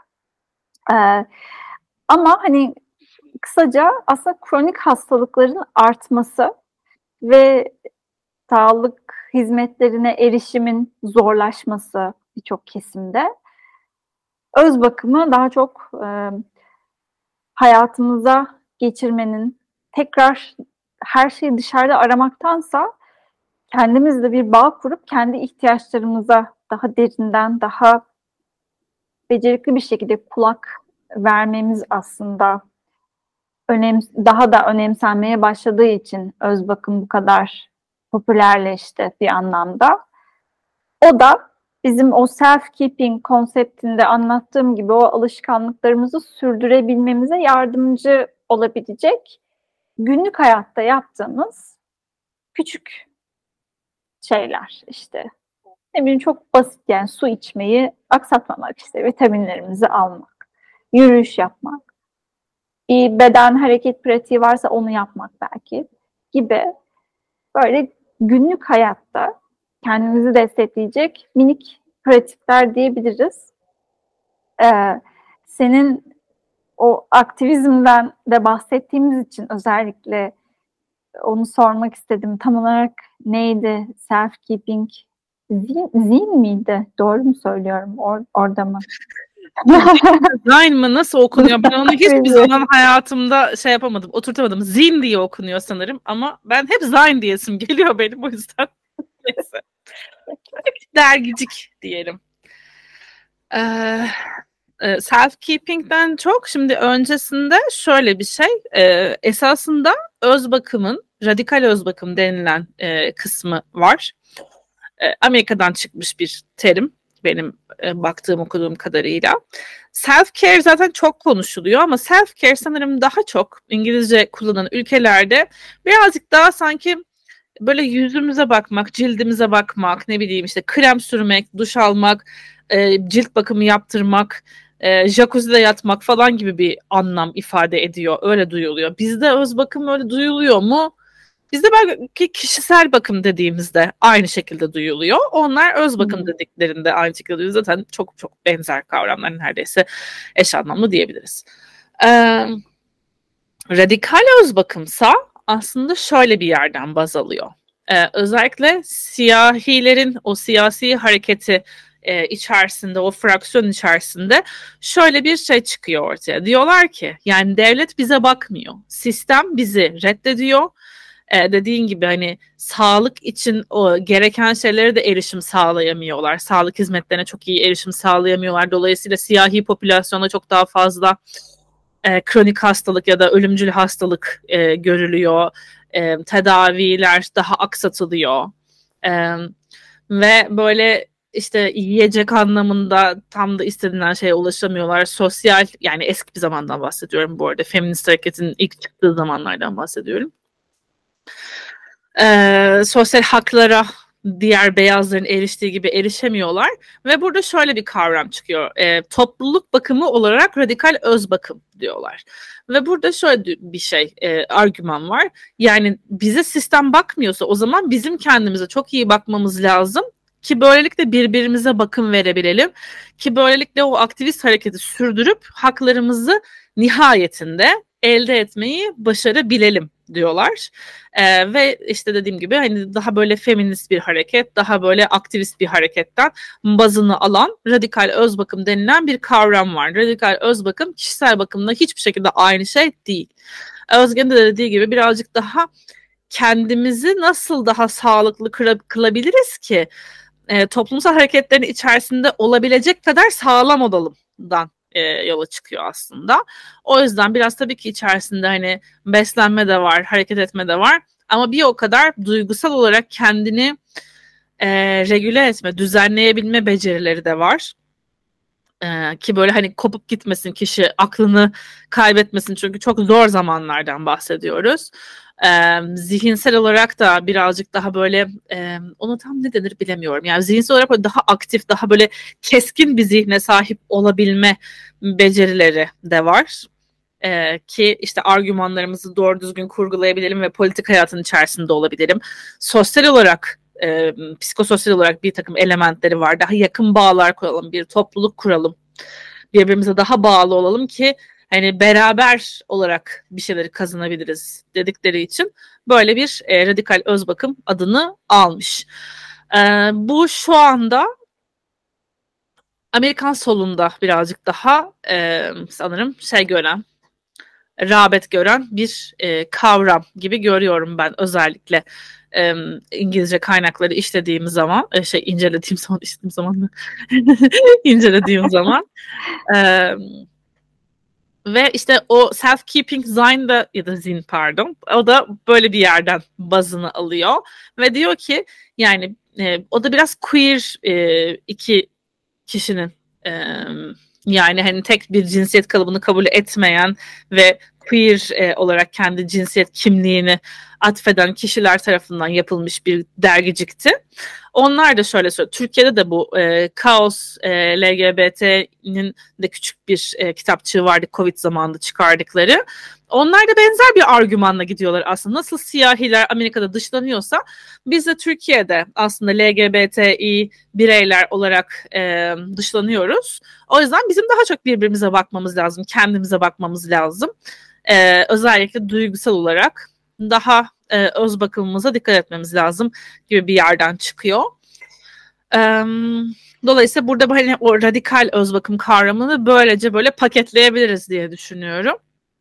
Ama hani kısaca aslında kronik hastalıkların artması ve sağlık hizmetlerine erişimin zorlaşması birçok kesimde öz bakımı daha çok hayatımıza geçirmenin, tekrar her şeyi dışarıda aramaktansa kendimizle bir bağ kurup kendi ihtiyaçlarımıza daha derinden, daha becerikli bir şekilde kulak vermemiz aslında daha da önemsenmeye başladığı için öz bakım bu kadar popülerleşti bir anlamda. O da bizim o self-keeping konseptinde anlattığım gibi o alışkanlıklarımızı sürdürebilmemize yardımcı olabilecek günlük hayatta yaptığımız küçük şeyler işte. Ne bileyim, çok basit yani su içmeyi aksatmamak, işte vitaminlerimizi almak, yürüyüş yapmak, bir beden hareket pratiği varsa onu yapmak belki gibi böyle günlük hayatta kendimizi destekleyecek minik pratikler diyebiliriz. Senin o aktivizmden de bahsettiğimiz için özellikle onu sormak istedim. Tam olarak neydi? Self-keeping zin miydi? Doğru mu söylüyorum? Orada mı? Zine mı? Nasıl okunuyor? Ben onu hiçbir zaman hayatımda şey yapamadım. Oturtamadım. Zin diye okunuyor sanırım. Ama ben hep Zine diyesim geliyor benim, o yüzden. Neyse. Dergicik diyelim. Self-keeping'den çok şimdi öncesinde şöyle bir şey. Esasında öz bakımın, radikal öz bakım denilen kısmı var. Amerika'dan çıkmış bir terim benim baktığım, okuduğum kadarıyla. Self-care zaten çok konuşuluyor ama self-care sanırım daha çok İngilizce kullanılan ülkelerde birazcık daha sanki böyle yüzümüze bakmak, cildimize bakmak, ne bileyim işte krem sürmek, duş almak, cilt bakımı yaptırmak, jacuzzi'de yatmak falan gibi bir anlam ifade ediyor. Öyle duyuluyor. Bizde öz bakım öyle duyuluyor mu? Bizde belki kişisel bakım dediğimizde aynı şekilde duyuluyor. Onlar öz bakım dediklerinde aynı şekilde duyuluyor. Zaten çok çok benzer kavramlar, neredeyse eş anlamlı diyebiliriz. Radikal öz bakımsa aslında şöyle bir yerden baz alıyor. Özellikle siyahilerin o siyasi hareketi içerisinde, o fraksiyon içerisinde şöyle bir şey çıkıyor ortaya. Diyorlar ki yani devlet bize bakmıyor. Sistem bizi reddediyor. Dediğin gibi hani sağlık için o gereken şeylere de erişim sağlayamıyorlar. Sağlık hizmetlerine çok iyi erişim sağlayamıyorlar. Dolayısıyla siyahi popülasyonda çok daha fazla kronik hastalık ya da ölümcül hastalık görülüyor. Tedaviler daha aksatılıyor. Ve böyle işte yiyecek anlamında tam da istenilen şeye ulaşamıyorlar. Sosyal, yani eski bir zamandan bahsediyorum bu arada. Feminist hareketin ilk çıktığı zamanlardan bahsediyorum. Sosyal haklara diğer beyazların eriştiği gibi erişemiyorlar. Ve burada şöyle bir kavram çıkıyor. Topluluk bakımı olarak radikal öz bakım diyorlar. Ve burada şöyle bir şey, argüman var. Yani bize sistem bakmıyorsa o zaman bizim kendimize çok iyi bakmamız lazım. Ki böylelikle birbirimize bakım verebilelim. Ki böylelikle o aktivist hareketi sürdürüp haklarımızı nihayetinde elde etmeyi başarabilelim diyorlar. Ve işte dediğim gibi hani daha böyle feminist bir hareket, daha böyle aktivist bir hareketten bazını alan radikal öz bakım denilen bir kavram var. Radikal öz bakım kişisel bakımla hiçbir şekilde aynı şey değil. Özge'nin de dediği gibi birazcık daha kendimizi nasıl daha sağlıklı kılabiliriz ki toplumsal hareketlerin içerisinde olabilecek kadar sağlam olalımdan yola çıkıyor aslında. O yüzden biraz tabii ki içerisinde hani beslenme de var, hareket etme de var. Ama bir o kadar duygusal olarak kendini regüle etme, düzenleyebilme becerileri de var. Ki böyle hani kopup gitmesin kişi, aklını kaybetmesin, çünkü çok zor zamanlardan bahsediyoruz. Zihinsel olarak da birazcık daha böyle ona tam ne denir bilemiyorum. Yani zihinsel olarak böyle daha aktif, daha böyle keskin bir zihne sahip olabilme becerileri de var. Ki işte argümanlarımızı doğru düzgün kurgulayabilelim ve politik hayatın içerisinde olabilelim. Sosyal olarak, psikososyal olarak bir takım elementleri var. Daha yakın bağlar kuralım, bir topluluk kuralım. Birbirimize daha bağlı olalım ki hani beraber olarak bir şeyleri kazanabiliriz dedikleri için böyle bir radikal öz bakım adını almış. Bu şu anda Amerikan solunda birazcık daha sanırım şey gören, rağbet gören bir kavram gibi görüyorum ben özellikle İngilizce kaynakları incelediğim zaman incelediğim zaman ve işte o self-keeping Zine da ya da Zin pardon o da böyle bir yerden bazını alıyor ve diyor ki yani o da biraz queer iki kişinin yani hani tek bir cinsiyet kalıbını kabul etmeyen ve queer olarak kendi cinsiyet kimliğini atfeden kişiler tarafından yapılmış bir dergicikti. Onlar da şöyle söylüyor. Türkiye'de de bu Kaos LGBT'nin de küçük bir kitapçığı vardı Covid zamanında çıkardıkları. Onlar da benzer bir argümanla gidiyorlar aslında. Nasıl siyahiler Amerika'da dışlanıyorsa biz de Türkiye'de aslında LGBTİ bireyler olarak dışlanıyoruz. O yüzden bizim daha çok birbirimize bakmamız lazım, kendimize bakmamız lazım. Özellikle duygusal olarak daha öz bakımımıza dikkat etmemiz lazım gibi bir yerden çıkıyor. Dolayısıyla burada hani o radikal öz bakım kavramını böylece böyle paketleyebiliriz diye düşünüyorum.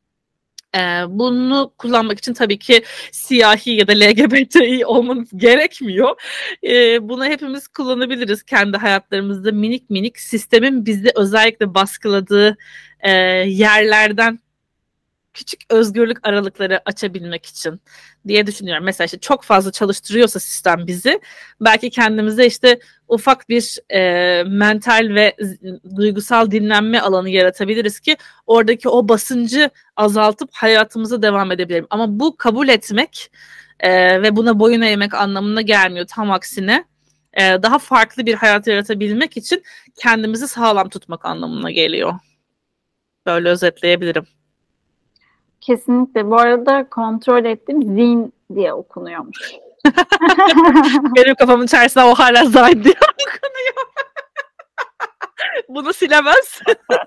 Bunu kullanmak için tabii ki siyahi ya da LGBTİ olmanız gerekmiyor. Bunu hepimiz kullanabiliriz kendi hayatlarımızda minik minik sistemin bizi özellikle baskıladığı yerlerden küçük özgürlük aralıkları açabilmek için diye düşünüyorum. Mesela işte çok fazla çalıştırıyorsa sistem bizi belki kendimize işte ufak bir mental ve duygusal dinlenme alanı yaratabiliriz ki oradaki o basıncı azaltıp hayatımıza devam edebilirim. Ama bu kabul etmek ve buna boyun eğmek anlamına gelmiyor. Tam aksine daha farklı bir hayat yaratabilmek için kendimizi sağlam tutmak anlamına geliyor. Böyle özetleyebilirim. Kesinlikle. Bu arada kontrol ettim. Zin diye okunuyormuş. Benim kafamın içerisinde o hala Zayn diye okunuyor. Bunu silemez.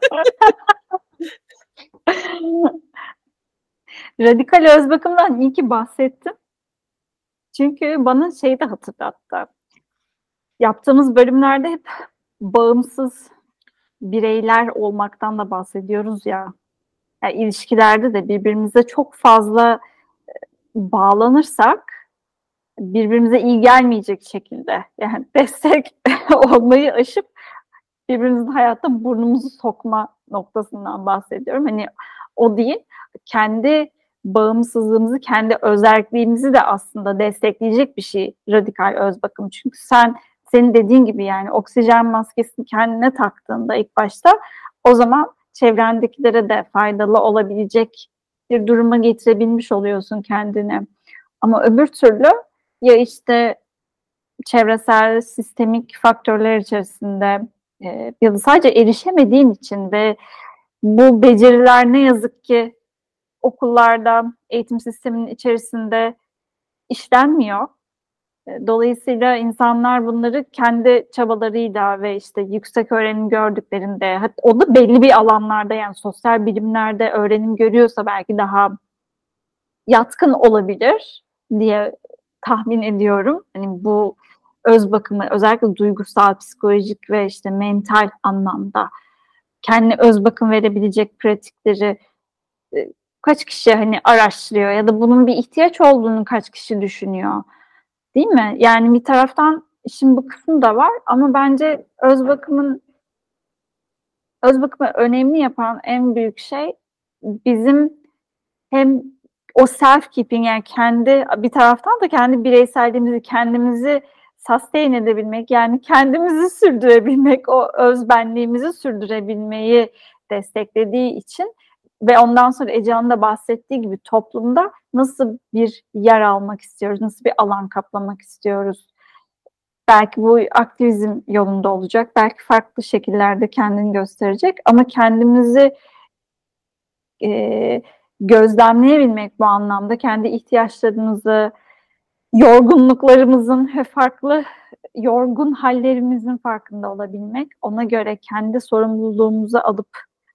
Radikal öz bakımdan iyi ki bahsettim. Çünkü bana şeyi de hatırlattı. Yaptığımız bölümlerde hep bağımsız bireyler olmaktan da bahsediyoruz ya. Yani ilişkilerde de birbirimize çok fazla bağlanırsak birbirimize iyi gelmeyecek şekilde yani destek olmayı aşıp birbirimizin hayatta burnumuzu sokma noktasından bahsediyorum. Hani o değil, kendi bağımsızlığımızı, kendi özelliğimizi de aslında destekleyecek bir şey radikal öz bakım. Çünkü senin dediğin gibi yani oksijen maskesini kendine taktığında ilk başta o zaman çevrendekilere de faydalı olabilecek bir duruma getirebilmiş oluyorsun kendini. Ama öbür türlü ya işte çevresel, sistemik faktörler içerisinde ya da sadece erişemediğin için ve bu beceriler ne yazık ki okullarda, eğitim sisteminin içerisinde işlenmiyor. Dolayısıyla insanlar bunları kendi çabalarıyla ve işte yüksek öğrenim gördüklerinde, o da belli bir alanlarda yani sosyal bilimlerde öğrenim görüyorsa belki daha yatkın olabilir diye tahmin ediyorum. Hani bu öz bakımı özellikle duygusal, psikolojik ve işte mental anlamda kendine öz bakım verebilecek pratikleri kaç kişi hani araştırıyor ya da bunun bir ihtiyaç olduğunu kaç kişi düşünüyor? Değil mi? Yani bir taraftan işin bu kısmı da var ama bence öz bakımı önemli yapan en büyük şey bizim hem o self-keeping yani bir taraftan da kendi bireyselliğimizi, kendimizi sustain edebilmek yani kendimizi sürdürebilmek, o özbenliğimizi sürdürebilmeyi desteklediği için ve ondan sonra Ece'nin de bahsettiği gibi toplumda nasıl bir yer almak istiyoruz, nasıl bir alan kaplamak istiyoruz. Belki bu aktivizm yolunda olacak, belki farklı şekillerde kendini gösterecek ama kendimizi gözlemleyebilmek bu anlamda kendi ihtiyaçlarımızı, yorgunluklarımızın ve farklı yorgun hallerimizin farkında olabilmek, ona göre kendi sorumluluğumuzu alıp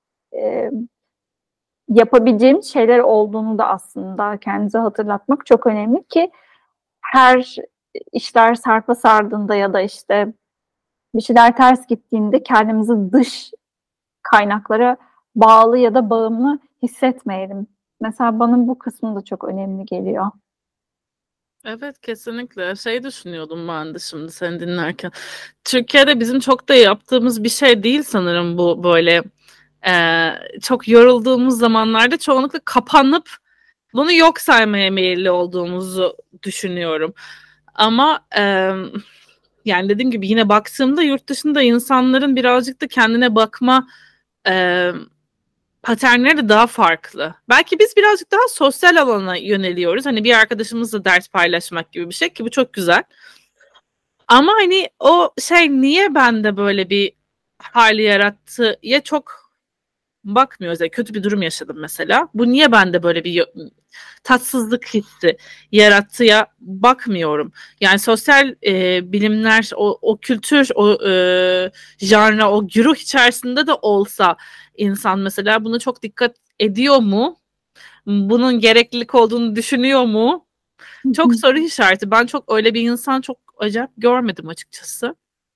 yapabileceğimiz şeyler olduğunu da aslında kendimize hatırlatmak çok önemli ki her işler sarpa sardığında ya da işte bir şeyler ters gittiğinde kendimizi dış kaynaklara bağlı ya da bağımlı hissetmeyelim Mesela bana bu kısmı da çok önemli geliyor. Evet, kesinlikle. Şey düşünüyordum ben de şimdi seni dinlerken. Türkiye'de bizim çok da yaptığımız bir şey değil sanırım bu, böyle çok yorulduğumuz zamanlarda çoğunlukla kapanıp bunu yok saymaya meyilli olduğumuzu düşünüyorum. Ama yani dediğim gibi yine baktığımda yurt dışında insanların birazcık da kendine bakma paternleri de daha farklı. Belki biz birazcık daha sosyal alana yöneliyoruz. Hani bir arkadaşımızla dert paylaşmak gibi bir şey, ki bu çok güzel. Ama hani o şey niye bende böyle bir hali yarattı ya çok bakmıyoruz. Yani kötü bir durum yaşadım mesela. Bu niye bende böyle bir tatsızlık hissi yarattı ya bakmıyorum. Yani sosyal bilimler, o kültür, o janra, o güruh içerisinde de olsa insan mesela buna çok dikkat ediyor mu? Bunun gereklilik olduğunu düşünüyor mu? Çok soru işareti. Ben çok öyle bir insan çok acayip görmedim açıkçası.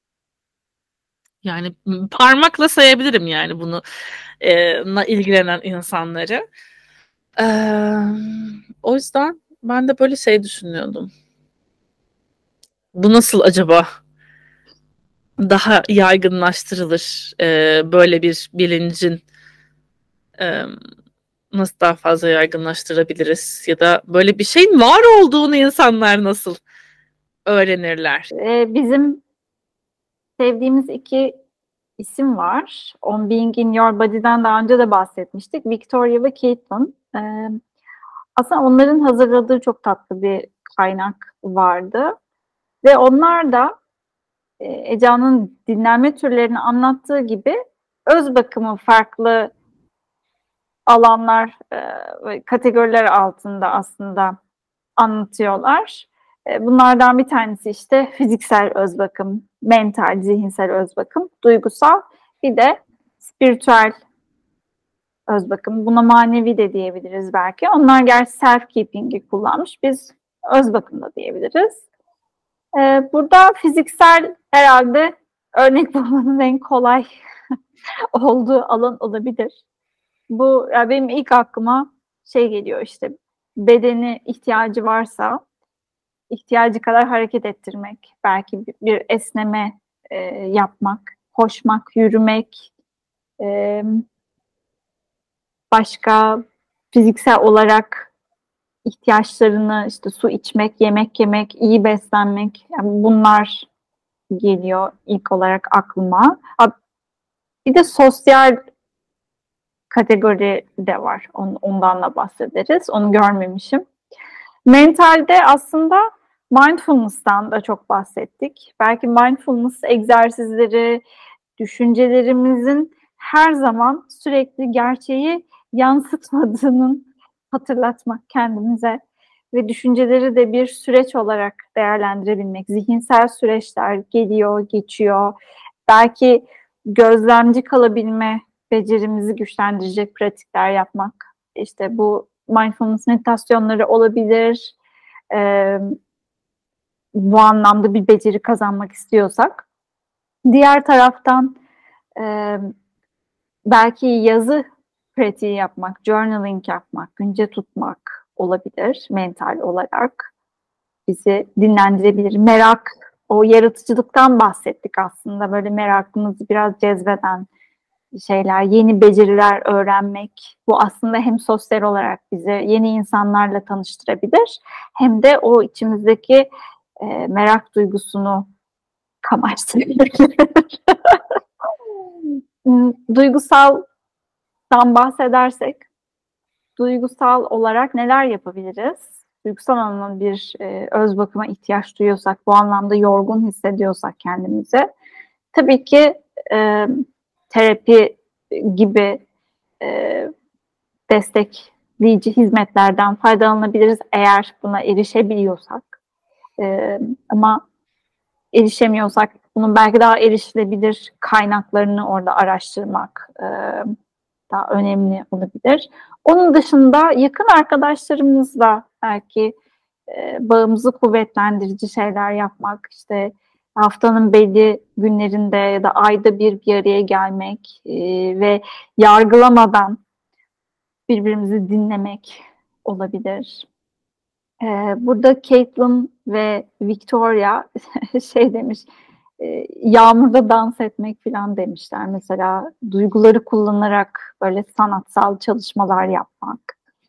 Yani parmakla sayabilirim yani bunu ilgilenen insanları. O yüzden ben de böyle şey düşünüyordum. Bu nasıl acaba daha yaygınlaştırılır? Böyle bir bilincin nasıl daha fazla yaygınlaştırabiliriz? Ya da böyle bir şeyin var olduğunu insanlar nasıl öğrenirler? Bizim sevdiğimiz iki isim var. On Being in Your Body'den daha önce de bahsetmiştik. Victoria ve Caitlin. Aslında onların hazırladığı çok tatlı bir kaynak vardı. Ve onlar da Eca'nın dinlenme türlerini anlattığı gibi öz bakımı farklı alanlar ve kategoriler altında aslında anlatıyorlar. Bunlardan bir tanesi işte fiziksel öz bakım, mental, zihinsel öz bakım, duygusal, bir de spiritüel öz bakım. Buna manevi de diyebiliriz belki. Onlar gerçi self-keeping'i kullanmış. Biz öz bakım da diyebiliriz. Burada fiziksel herhalde örnek bulmanın en kolay olduğu alan olabilir. Bu yani benim ilk aklıma şey geliyor işte bedeni ihtiyacı varsa ihtiyacı kadar hareket ettirmek, belki bir esneme yapmak, koşmak, yürümek, e, başka fiziksel olarak ihtiyaçlarını işte su içmek, yemek yemek, iyi beslenmek, yani bunlar geliyor ilk olarak aklıma. Bir de sosyal kategori de var. Ondan da bahsederiz. Onu görmemişim. Mentalde aslında mindfulness'tan da çok bahsettik. Belki mindfulness egzersizleri, düşüncelerimizin her zaman sürekli gerçeği yansıtmadığının hatırlatmak kendimize ve düşünceleri de bir süreç olarak değerlendirebilmek. Zihinsel süreçler geliyor, geçiyor. Belki gözlemci kalabilme becerimizi güçlendirecek pratikler yapmak. İşte bu mindfulness meditasyonları olabilir. Bu anlamda bir beceri kazanmak istiyorsak. Diğer taraftan belki yazı pratiği yapmak, journaling yapmak, günce tutmak olabilir mental olarak. Bizi dinlendirebilir. Merak, o yaratıcılıktan bahsettik aslında. Böyle merakımızı biraz cezbeden şeyler, yeni beceriler öğrenmek. Bu aslında hem sosyal olarak bizi yeni insanlarla tanıştırabilir, hem de o içimizdeki merak duygusunu kamaştırabilir. Duygusaldan bahsedersek, duygusal olarak neler yapabiliriz? Duygusal anlamda bir öz bakıma ihtiyaç duyuyorsak, bu anlamda yorgun hissediyorsak kendimizi, tabii ki terapi gibi destekleyici hizmetlerden faydalanabiliriz eğer buna erişebiliyorsak. Ama erişemiyorsak bunun belki daha erişilebilir kaynaklarını orada araştırmak daha önemli olabilir. Onun dışında yakın arkadaşlarımızla belki bağımızı kuvvetlendirici şeyler yapmak, işte haftanın belli günlerinde ya da ayda bir araya gelmek ve yargılamadan birbirimizi dinlemek olabilir. Burada Caitlin ve Victoria şey demiş, yağmurda dans etmek falan demişler. Mesela duyguları kullanarak böyle sanatsal çalışmalar yapmak.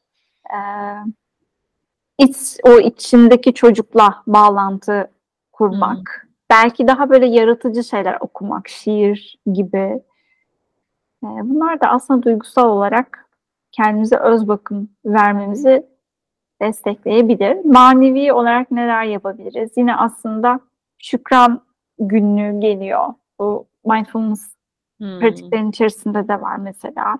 O içindeki çocukla bağlantı kurmak. Belki daha böyle yaratıcı şeyler okumak, şiir gibi. Bunlar da aslında duygusal olarak kendimize öz bakım vermemizi destekleyebilir. Manevi olarak neler yapabiliriz? Yine aslında şükran günlüğü geliyor. Bu mindfulness pratiklerin içerisinde de var mesela.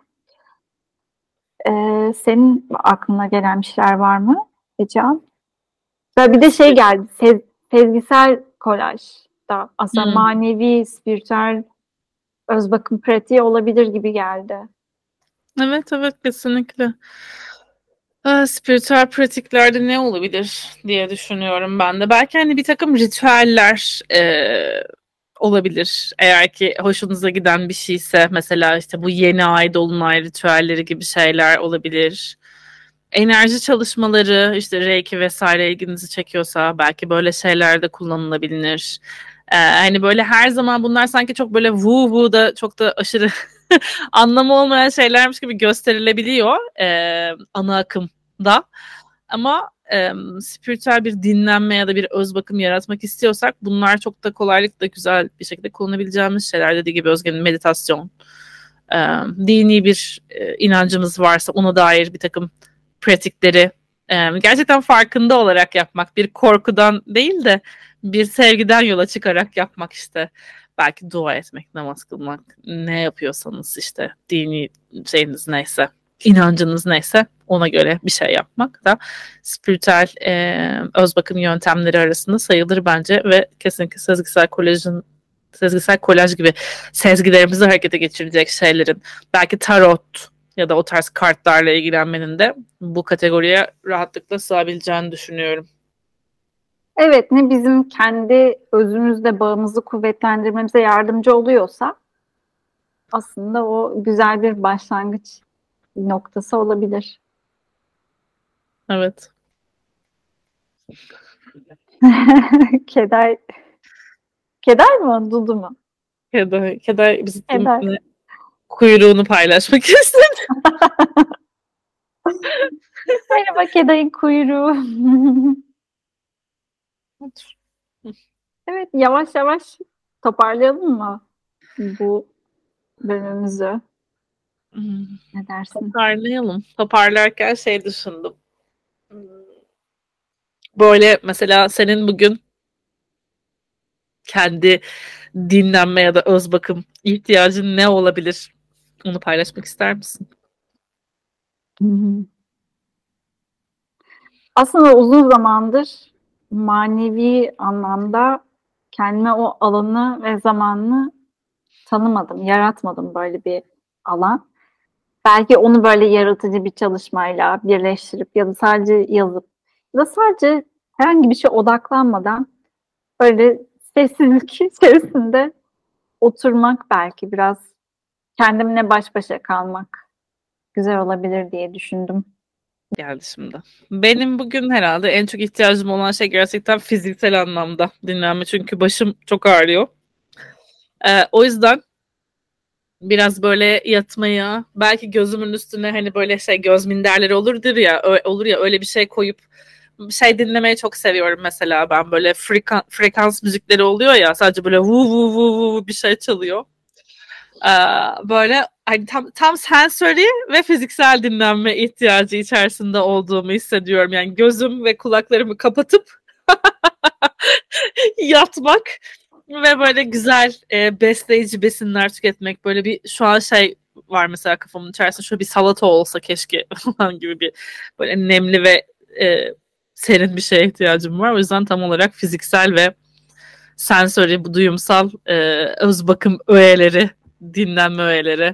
Senin aklına gelen bir şeyler var mı Ecehan? Bir de şey geldi, sezgisel kolaj da aslında manevi, spiritüel öz bakım pratiği olabilir gibi geldi. Evet kesinlikle. Spiritüel pratiklerde ne olabilir diye düşünüyorum ben de. Belki hani bir takım ritüeller olabilir. Eğer ki hoşunuza giden bir şeyse, mesela işte bu yeni ay, dolunay ritüelleri gibi şeyler olabilir. Enerji çalışmaları, işte Reiki vesaire ilginizi çekiyorsa belki böyle şeyler de kullanılabilir. Hani böyle her zaman bunlar sanki çok böyle woo da çok da aşırı anlamı olmayan şeylermiş gibi gösterilebiliyor ana akımda. Ama spiritüel bir dinlenme ya da bir öz bakım yaratmak istiyorsak bunlar çok da kolaylıkla güzel bir şekilde kullanabileceğimiz şeyler. Dediği gibi Özge'nin meditasyon, dini bir inancımız varsa ona dair bir takım pratikleri gerçekten farkında olarak yapmak, bir korkudan değil de bir sevgiden yola çıkarak yapmak, işte belki dua etmek, namaz kılmak, ne yapıyorsanız işte dini şeyiniz neyse, inancınız neyse ona göre bir şey yapmak da spiritüel öz bakım yöntemleri arasında sayılır bence ve kesinlikle sezgisel kolaj gibi sezgilerimizi harekete geçirecek şeylerin, belki tarot ya da o tarz kartlarla ilgilenmenin de bu kategoriye rahatlıkla sığabileceğini düşünüyorum. Evet, ne bizim kendi özümüzle bağımızı kuvvetlendirmemize yardımcı oluyorsa aslında o güzel bir başlangıç noktası olabilir. Evet. Keder mi? Dudu mu? Keder bizimle kuyruğunu paylaşmak istedi. Merhaba Keday'ın kuyruğu. Evet, yavaş yavaş toparlayalım mı bu bölümümüzü? Ne dersin? Toparlayalım. Toparlarken şey düşündüm. Böyle mesela senin bugün kendi dinlenme ya da öz bakım ihtiyacın ne olabilir? Onu paylaşmak ister misin? Aslında uzun zamandır manevi anlamda kendime o alanı ve zamanını tanımadım, yaratmadım böyle bir alan. Belki onu böyle yaratıcı bir çalışmayla birleştirip ya da sadece yazıp ya da sadece herhangi bir şey odaklanmadan böyle sessizlik içerisinde oturmak, belki biraz kendimle baş başa kalmak güzel olabilir diye düşündüm. Geldi şimdi. Benim bugün herhalde en çok ihtiyacım olan şey gerçekten fiziksel anlamda dinlenme. Çünkü başım çok ağrıyor. O yüzden biraz böyle yatmaya, belki gözümün üstüne hani böyle şey göz minderleri olur ya öyle bir şey koyup şey dinlemeyi çok seviyorum mesela ben, böyle frekans müzikleri oluyor ya, sadece böyle vu vu vu vu bir şey çalıyor. Böyle hani tam sensory ve fiziksel dinlenme ihtiyacı içerisinde olduğumu hissediyorum. Yani gözüm ve kulaklarımı kapatıp yatmak ve böyle güzel besleyici besinler tüketmek. Böyle bir şu an şey var mesela kafamın içerisinde, şöyle bir salata olsa keşke falan gibi bir böyle nemli ve serin bir şeye ihtiyacım var. O yüzden tam olarak fiziksel ve sensory, bu duyumsal öz bakım öğeleri, dinlenme öğeleri.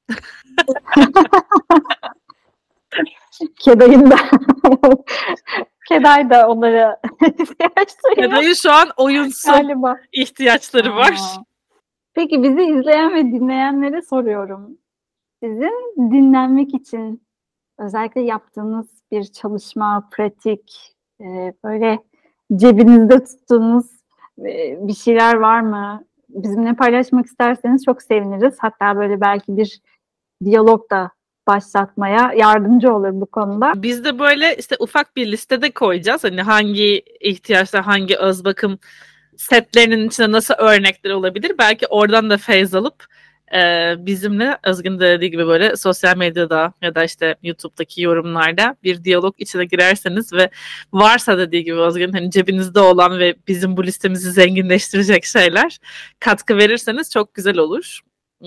Kedayın da Keday da onlara ihtiyaç duyuyor. Kedayın şu an oyunsu galiba ihtiyaçları var. Peki bizi izleyen ve dinleyenlere soruyorum. Sizin dinlenmek için özellikle yaptığınız bir çalışma, pratik, böyle cebinizde tuttuğunuz bir şeyler var mı? Bizimle paylaşmak isterseniz çok seviniriz. Hatta böyle belki bir diyalog da başlatmaya yardımcı olur bu konuda. Biz de böyle işte ufak bir listede koyacağız. Hani hangi ihtiyaçlar, hangi öz bakım setlerinin içinde nasıl örnekler olabilir? Belki oradan da feyz alıp bizimle Özgün de dediği gibi böyle sosyal medyada ya da işte YouTube'daki yorumlarda bir diyalog içine girerseniz ve varsa dediği gibi Özgün hani cebinizde olan ve bizim bu listemizi zenginleştirecek şeyler katkı verirseniz çok güzel olur.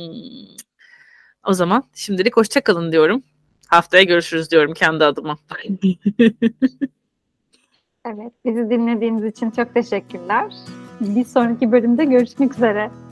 O zaman şimdilik hoşça kalın diyorum. Haftaya görüşürüz diyorum kendi adıma. Evet, bizi dinlediğiniz için çok teşekkürler. Bir sonraki bölümde görüşmek üzere.